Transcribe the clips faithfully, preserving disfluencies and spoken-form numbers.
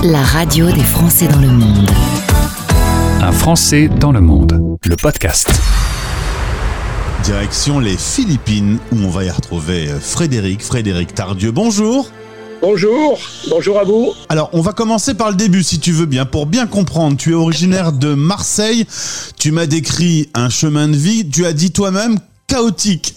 la radio des Français dans le monde. Un Français dans le monde, le podcast. Direction les Philippines, où on va y retrouver Frédéric, Frédéric Tardieu. Bonjour. Bonjour, bonjour à vous. Alors, on va commencer par le début, si tu veux bien, pour bien comprendre. Tu es originaire de Marseille, tu m'as décrit un chemin de vie, tu as dit toi-même chaotique.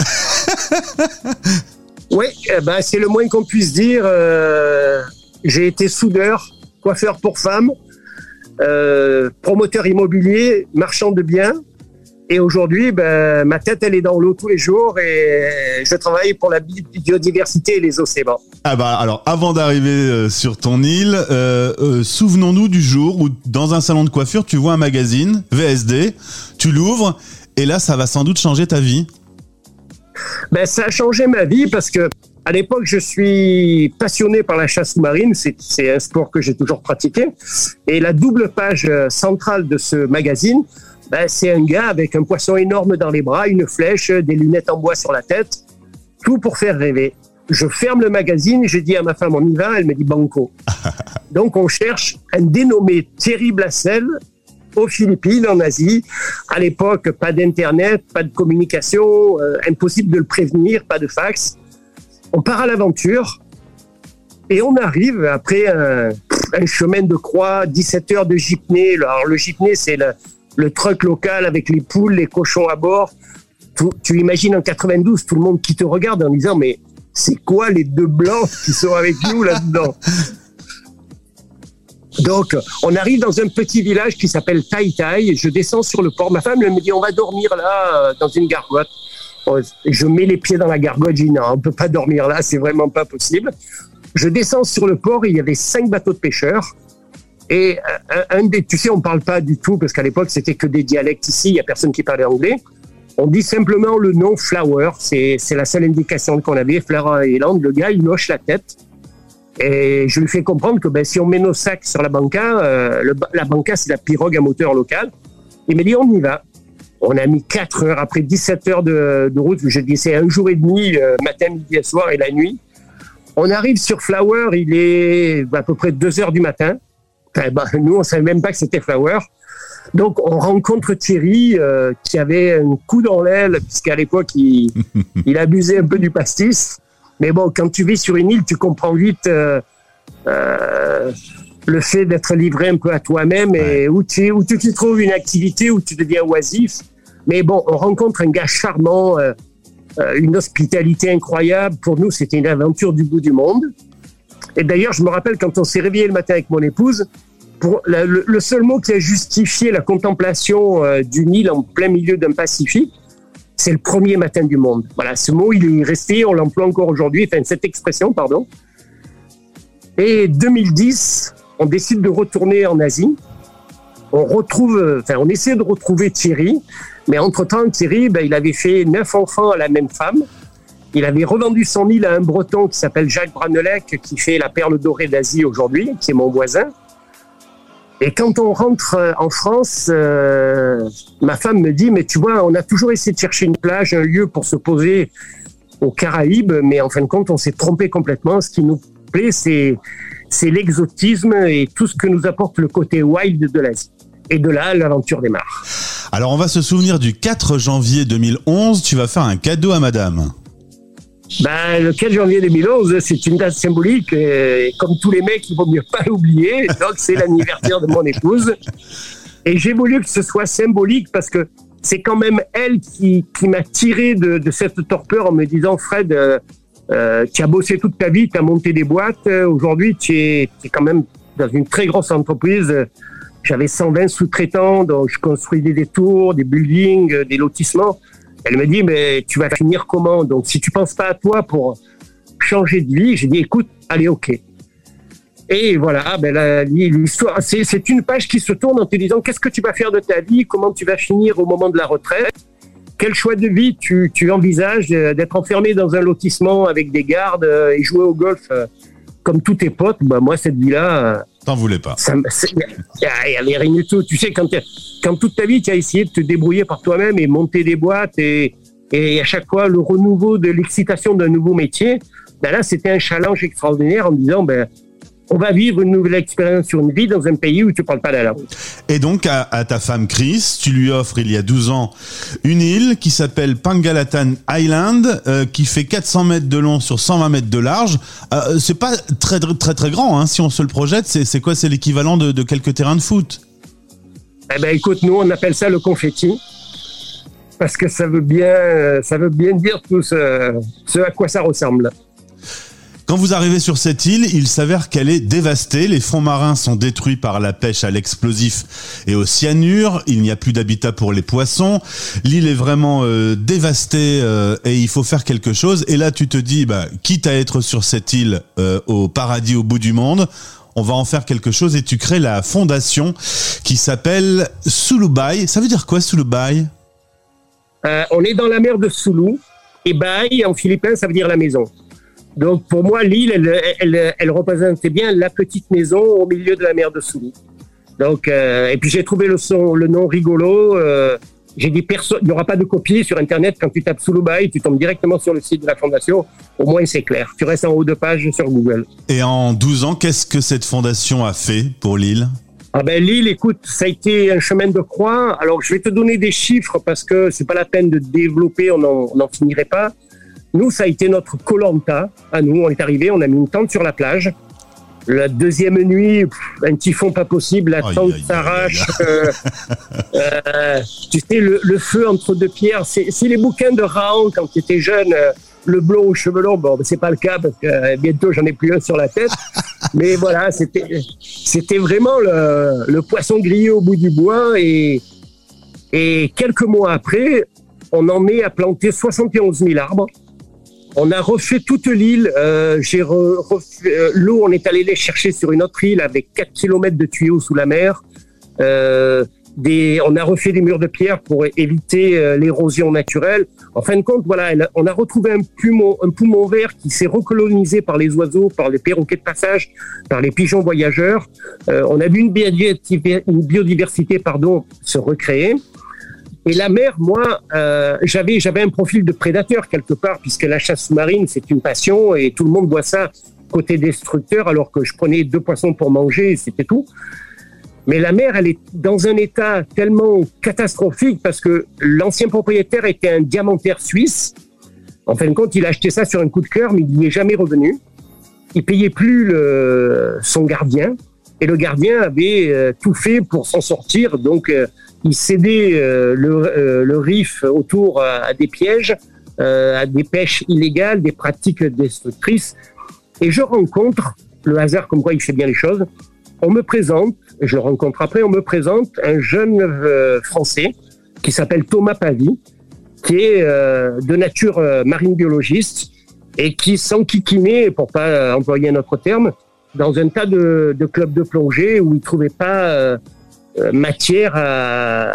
Oui, eh ben, c'est le moins qu'on puisse dire. Euh, j'ai été soudeur, coiffeur pour femmes, euh, promoteur immobilier, marchand de biens. Et aujourd'hui, ben, ma tête, elle est dans l'eau tous les jours et je travaille pour la biodiversité et les océans. Ah bah alors, avant d'arriver euh, sur ton île, euh, euh, souvenons-nous du jour où, dans un salon de coiffure, tu vois un magazine, V S D, tu l'ouvres et là, ça va sans doute changer ta vie. Ben, ça a changé ma vie parce que à l'époque, je suis passionné par la chasse sous-marine. C'est, c'est un sport que j'ai toujours pratiqué. Et la double page centrale de ce magazine, ben, c'est un gars avec un poisson énorme dans les bras, une flèche, des lunettes en bois sur la tête, tout pour faire rêver. Je ferme le magazine, j'ai dit à ma femme, on y va, elle me dit banco. Donc on cherche un dénommé Thierry Blassel aux Philippines, en Asie. À l'époque, pas d'internet, pas de communication, euh, impossible de le prévenir, pas de fax. On part à l'aventure et on arrive après un, un chemin de croix, dix-sept heures de jeepney. Alors le jeepney, c'est le le truck local avec les poules, les cochons à bord. Tu, tu imagines en quatre-vingt-douze, tout le monde qui te regarde en disant « Mais c'est quoi les deux blancs qui sont avec nous là-dedans ?» Donc, on arrive dans un petit village qui s'appelle Tai Tai. Je descends sur le port. Ma femme elle me dit « On va dormir là, dans une gargote. » Je mets les pieds dans la gargote. Je dis « Non, on ne peut pas dormir là, c'est vraiment pas possible. » Je descends sur le port. Il y avait cinq bateaux de pêcheurs. Et un, un des, tu sais, on parle pas du tout, parce qu'à l'époque, c'était que des dialectes ici, il y a personne qui parlait anglais. On dit simplement le nom Flower, c'est, c'est la seule indication qu'on avait, Flower Island. Le gars, il hoche la tête. Et je lui fais comprendre que ben, si on met nos sacs sur la banca, euh, le, la banca, c'est la pirogue à moteur local. Il m'a dit, on y va. On a mis quatre heures, après dix-sept heures de, de route. Je dis, c'est un jour et demi, euh, matin, midi et soir, et la nuit. On arrive sur Flower, il est à peu près deux heures du matin. Enfin, ben, nous, on ne savait même pas que c'était Flower. Donc, on rencontre Thierry, euh, qui avait un coup dans l'aile, puisqu'à l'époque, il, il abusait un peu du pastis. Mais bon, quand tu vis sur une île, tu comprends vite euh, euh, le fait d'être livré un peu à toi-même et ouais. où, tu, où tu, tu trouves une activité, où tu deviens oisif. Mais bon, on rencontre un gars charmant, euh, euh, une hospitalité incroyable. Pour nous, c'était une aventure du bout du monde. Et d'ailleurs, je me rappelle quand on s'est réveillé le matin avec mon épouse, pour la, le, le seul mot qui a justifié la contemplation euh, d'une île en plein milieu d'un Pacifique, c'est le premier matin du monde. Voilà, ce mot, il est resté, on l'emploie encore aujourd'hui, enfin cette expression, pardon. Et deux mille dix, on décide de retourner en Asie. On retrouve, enfin, on essaie de retrouver Thierry, mais entre-temps, Thierry, ben, il avait fait neuf enfants à la même femme. Il avait revendu son île à un Breton qui s'appelle Jacques Branelec, qui fait la perle dorée d'Asie aujourd'hui, qui est mon voisin. Et quand on rentre en France, euh, ma femme me dit, mais tu vois, on a toujours essayé de chercher une plage, un lieu pour se poser aux Caraïbes, mais en fin de compte, on s'est trompé complètement. Ce qui nous plaît, c'est, c'est l'exotisme et tout ce que nous apporte le côté wild de l'Asie. Et de là, l'aventure démarre. Alors, on va se souvenir du quatre janvier deux mille onze, tu vas faire un cadeau à madame. Ben, le quatre janvier deux mille onze, c'est une date symbolique. Et comme tous les mecs, il vaut mieux pas l'oublier. Donc, c'est l'anniversaire de mon épouse. Et j'ai voulu que ce soit symbolique parce que c'est quand même elle qui, qui m'a tiré de, de cette torpeur en me disant, Fred, euh, euh, tu as bossé toute ta vie, tu as monté des boîtes. Aujourd'hui, tu es, tu es quand même dans une très grosse entreprise. J'avais cent vingt sous-traitants, donc je construisais des tours, des buildings, des lotissements. Elle me dit, mais tu vas finir comment? Donc, si tu penses pas à toi pour changer de vie, j'ai dit, écoute, allez, ok. Et voilà, ben la, l'histoire, c'est, c'est une page qui se tourne en te disant, qu'est-ce que tu vas faire de ta vie? Comment tu vas finir au moment de la retraite? Quel choix de vie tu, tu envisages d'être enfermé dans un lotissement avec des gardes et jouer au golf comme tous tes potes? Ben, moi, cette vie-là... T'en voulais pas. Il n'y avait rien du tout. Tu sais, quand, quand toute ta vie, tu as essayé de te débrouiller par toi-même et monter des boîtes et, et à chaque fois, le renouveau de l'excitation d'un nouveau métier, ben là, c'était un challenge extraordinaire en me disant, ben, on va vivre une nouvelle expérience sur une vie dans un pays où tu parles pas la langue. Et donc, à, à ta femme Chris, tu lui offres il y a douze ans une île qui s'appelle Pengalatan Island, euh, qui fait quatre cents mètres de long sur cent vingt mètres de large. Euh, c'est pas très très très grand, hein, si on se le projette. C'est, c'est quoi? C'est l'équivalent de, de quelques terrains de foot. Eh ben, écoute, nous, on appelle ça le confetti. Parce que ça veut bien, ça veut bien dire tout ce, ce à quoi ça ressemble. Quand vous arrivez sur cette île, il s'avère qu'elle est dévastée. Les fonds marins sont détruits par la pêche à l'explosif et au cyanure. Il n'y a plus d'habitat pour les poissons. L'île est vraiment euh, dévastée euh, et il faut faire quelque chose. Et là, tu te dis, bah, quitte à être sur cette île euh, au paradis au bout du monde, on va en faire quelque chose et tu crées la fondation qui s'appelle Sulubai. Ça veut dire quoi, Sulubai? euh, On est dans la mer de Sulu et Bai, en philippin, ça veut dire la maison. Donc, pour moi, l'île, elle, elle, elle représentait bien la petite maison au milieu de la mer de Sulu. Donc, euh, et puis j'ai trouvé le, son, le nom rigolo. Euh, j'ai dit, perso- il n'y aura pas de copie sur Internet. Quand tu tapes Sulubai, tu tombes directement sur le site de la Fondation. Au moins, c'est clair. Tu restes en haut de page sur Google. Et en douze ans, qu'est-ce que cette fondation a fait pour l'île? Ah ben, l'île, écoute, ça a été un chemin de croix. Alors, je vais te donner des chiffres parce que c'est pas la peine de développer, on n'en finirait pas. Nous, ça a été notre Koh-Lanta. À nous, on est arrivé, on a mis une tente sur la plage. La deuxième nuit, pff, un typhon pas possible, la tente aïe, s'arrache. Aïe, aïe. Euh, euh, tu sais, le, le feu entre deux pierres, c'est, c'est les bouquins de Raon quand tu étais jeune. Euh, le blond aux cheveux longs, bon, c'est pas le cas parce que euh, bientôt j'en ai plus un sur la tête. Mais voilà, c'était, c'était vraiment le, le poisson grillé au bout du bois. Et, et quelques mois après, on en est à planter soixante et onze mille arbres. On a refait toute l'île. Euh, j'ai re, refait, euh, l'eau, on est allé les chercher sur une autre île avec quatre kilomètres de tuyaux sous la mer. Euh, des, on a refait des murs de pierre pour éviter euh, l'érosion naturelle. En fin de compte, voilà, on a retrouvé un poumon, un poumon vert qui s'est recolonisé par les oiseaux, par les perroquets de passage, par les pigeons voyageurs. Euh, on a vu une biodiversité, une biodiversité pardon, se recréer. Et la mer, moi, euh, j'avais, j'avais un profil de prédateur quelque part, puisque la chasse sous-marine, c'est une passion et tout le monde voit ça côté destructeur, alors que je prenais deux poissons pour manger et c'était tout. Mais la mer, elle est dans un état tellement catastrophique parce que l'ancien propriétaire était un diamantaire suisse. En fin de compte, il a acheté ça sur un coup de cœur, mais il n'y est jamais revenu. Il payait plus le, son gardien et le gardien avait euh, tout fait pour s'en sortir. Donc, euh, il cédait euh, le, euh, le riff autour à, à des pièges, euh, à des pêches illégales, des pratiques destructrices. Et je rencontre, le hasard comme quoi il fait bien les choses, on me présente, je le rencontre après, on me présente un jeune euh, Français qui s'appelle Thomas Pavie, qui est euh, de nature euh, marine biologiste et qui s'enquiquinait, pour pas euh, employer un autre terme, dans un tas de, de clubs de plongée où il trouvait pas euh, matière à,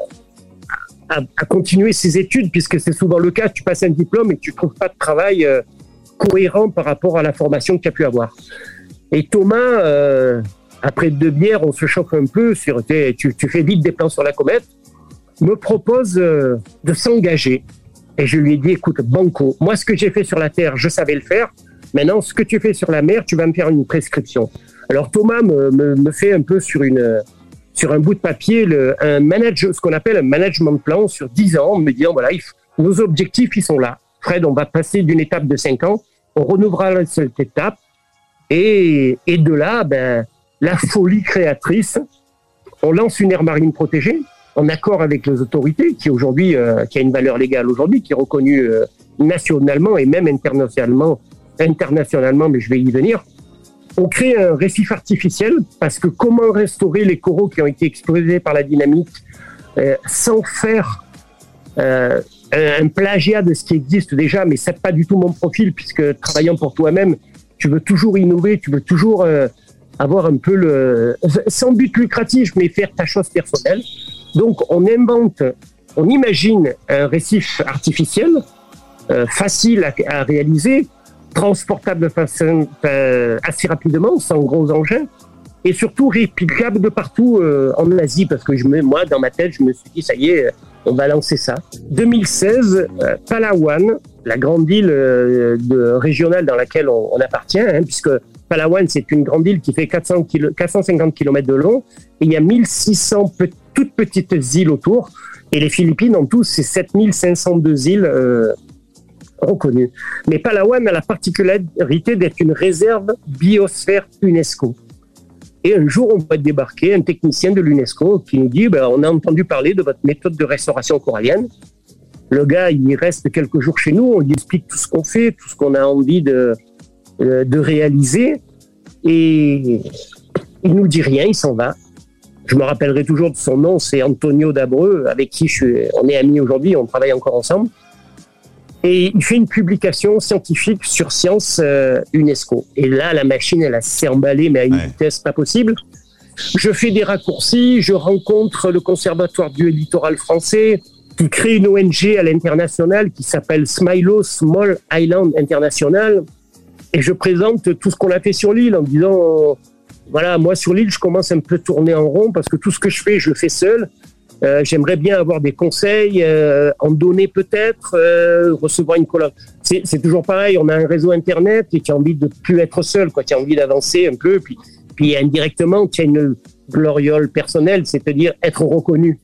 à, à continuer ses études, puisque c'est souvent le cas, tu passes un diplôme et tu trouves pas de travail euh, cohérent par rapport à la formation que tu as pu avoir. Et Thomas, euh, après deux bières, on se chauffe un peu, sur, tu, tu fais vite des plans sur la comète, me propose euh, de s'engager. Et je lui ai dit, écoute, banco, moi ce que j'ai fait sur la Terre, je savais le faire. Maintenant, ce que tu fais sur la mer, tu vas me faire une prescription. Alors Thomas me, me, me fait un peu sur une... sur un bout de papier, le, un manage, ce qu'on appelle un management plan sur dix ans, en me disant, voilà, il, nos objectifs, ils sont là. Fred, on va passer d'une étape de cinq ans, on renouvellera cette étape, et, et de là, ben, la folie créatrice, on lance une aire marine protégée, en accord avec les autorités, qui aujourd'hui, euh, qui a une valeur légale aujourd'hui, qui est reconnue euh, nationalement et même internationalement, internationalement, mais je vais y venir. On crée un récif artificiel parce que comment restaurer les coraux qui ont été explosés par la dynamite euh, sans faire euh, un, un plagiat de ce qui existe déjà, mais c'est pas du tout mon profil puisque travaillant pour toi-même, tu veux toujours innover, tu veux toujours euh, avoir un peu le... sans but lucratif, mais faire ta chose personnelle. Donc on invente, on imagine un récif artificiel euh, facile à, à réaliser, transportable façon, euh, assez rapidement, sans gros engins, et surtout réplicable de partout euh, en Asie, parce que je me, moi, dans ma tête, je me suis dit, ça y est, on va lancer ça. deux mille seize, euh, Palawan, la grande île euh, de, régionale dans laquelle on, on appartient, hein, puisque Palawan, c'est une grande île qui fait quatre cents kilo, quatre cent cinquante kilomètres de long, et il y a mille six cents pe- toutes petites îles autour. Et les Philippines, en tout, c'est sept mille cinq cent deux îles euh, reconnues. Mais Palawan a la particularité d'être une réserve biosphère UNESCO. Et un jour, on va débarquer un technicien de l'UNESCO qui nous dit ben, « On a entendu parler de votre méthode de restauration corallienne. » Le gars, il reste quelques jours chez nous, on lui explique tout ce qu'on fait, tout ce qu'on a envie de, de réaliser. Et il nous dit rien, il s'en va. Je me rappellerai toujours de son nom, c'est Antonio Dabreu, avec qui je suis, on est amis aujourd'hui, on travaille encore ensemble. Et il fait une publication scientifique sur Science euh, UNESCO. Et là, la machine, elle a s'est emballée, mais à une ouais. vitesse pas possible. Je fais des raccourcis, je rencontre le Conservatoire du littoral français, qui crée une O N G à l'international qui s'appelle Smilo Small Island International. Et je présente tout ce qu'on a fait sur l'île en disant... Voilà, moi sur l'île, je commence un peu à tourner en rond parce que tout ce que je fais, je le fais seul. Euh, j'aimerais bien avoir des conseils, euh, en donner peut-être, euh, recevoir une collaboration. C'est, c'est toujours pareil, on a un réseau Internet et tu as envie de plus être seul, quoi. Tu as envie d'avancer un peu, puis, puis indirectement, tu as une gloriole personnelle, c'est-à-dire être reconnu.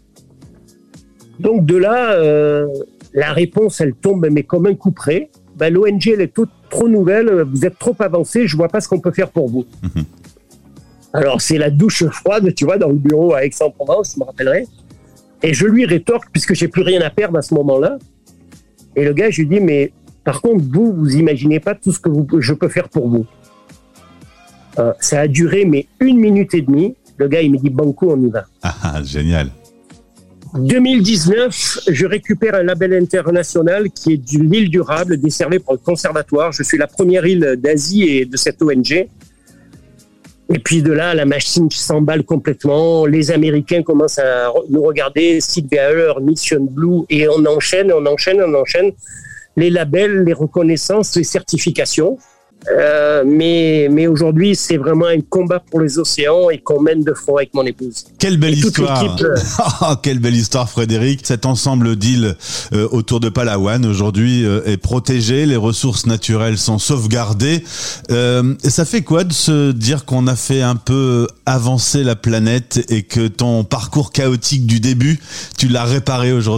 Donc de là, euh, la réponse, elle tombe, mais comme un coup près. Ben, l'O N G, elle est toute, trop nouvelle, vous êtes trop avancé, je vois pas ce qu'on peut faire pour vous. Mmh. Alors, c'est la douche froide, tu vois, dans le bureau à Aix-en-Provence, je me rappellerai. Et je lui rétorque, puisque j'ai plus rien à perdre à ce moment-là. Et le gars, je lui dis, mais par contre, vous, vous imaginez pas tout ce que vous, je peux faire pour vous. Euh, ça a duré, mais une minute et demie. Le gars, il me dit, banco, on y va. Ah, génial. deux mille dix-neuf, je récupère un label international qui est de l'île durable, desservée par le conservatoire. Je suis la première île d'Asie et de cette O N G. Et puis de là, la machine s'emballe complètement. Les Américains commencent à nous regarder, Seedbearer, Mission Blue, et on enchaîne, on enchaîne, on enchaîne. Les labels, les reconnaissances, les certifications. Euh, mais, mais aujourd'hui, c'est vraiment un combat pour les océans et qu'on mène de front avec mon épouse. Quelle belle et histoire euh... oh, quelle belle histoire, Frédéric. Cet ensemble d'îles euh, autour de Palawan, aujourd'hui, euh, est protégé. Les ressources naturelles sont sauvegardées. Euh, et ça fait quoi de se dire qu'on a fait un peu avancer la planète et que ton parcours chaotique du début, tu l'as réparé aujourd'hui ?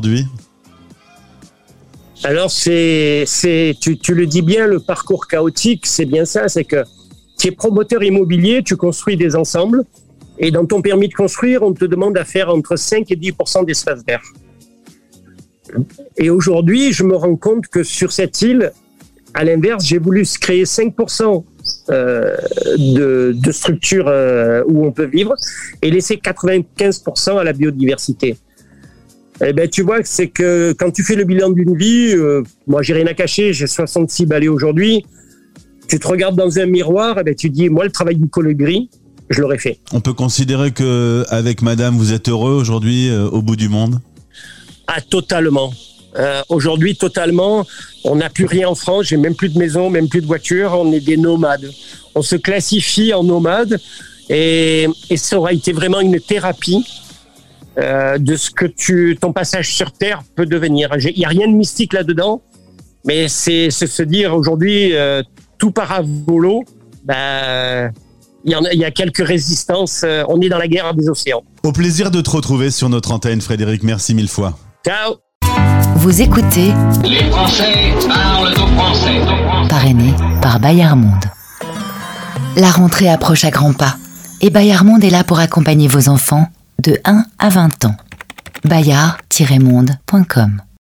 Alors, c'est, c'est, tu, tu le dis bien, le parcours chaotique, c'est bien ça, c'est que tu es promoteur immobilier, tu construis des ensembles, et dans ton permis de construire, on te demande à faire entre cinq et dix pour cent d'espace vert. Et aujourd'hui, je me rends compte que sur cette île, à l'inverse, j'ai voulu créer cinq pour cent euh, de, de structures euh, où on peut vivre, et laisser quatre-vingt-quinze pour cent à la biodiversité. Eh ben, tu vois, c'est que quand tu fais le bilan d'une vie, euh, moi, j'ai rien à cacher, j'ai soixante-six balais aujourd'hui. Tu te regardes dans un miroir, eh ben, tu dis, moi, le travail du colibri, je l'aurais fait. On peut considérer que avec madame, vous êtes heureux aujourd'hui, euh, au bout du monde ? Ah, totalement. Euh, aujourd'hui, totalement. On n'a plus rien en France, j'ai même plus de maison, même plus de voiture, on est des nomades. On se classifie en nomades et, et ça aura été vraiment une thérapie. Euh, de ce que tu, ton passage sur Terre peut devenir. Il n'y a rien de mystique là-dedans, mais c'est, c'est se dire aujourd'hui, euh, tout part à volo, ben, il y, en a, il y a quelques résistances, euh, on est dans la guerre des océans. Au plaisir de te retrouver sur notre antenne, Frédéric, merci mille fois. Ciao. Vous écoutez Les Français parlent aux Français. Parrainé par Bayard Monde. La rentrée approche à grands pas et Bayard Monde est là pour accompagner vos enfants de un à vingt ans. bayard tiret monde point com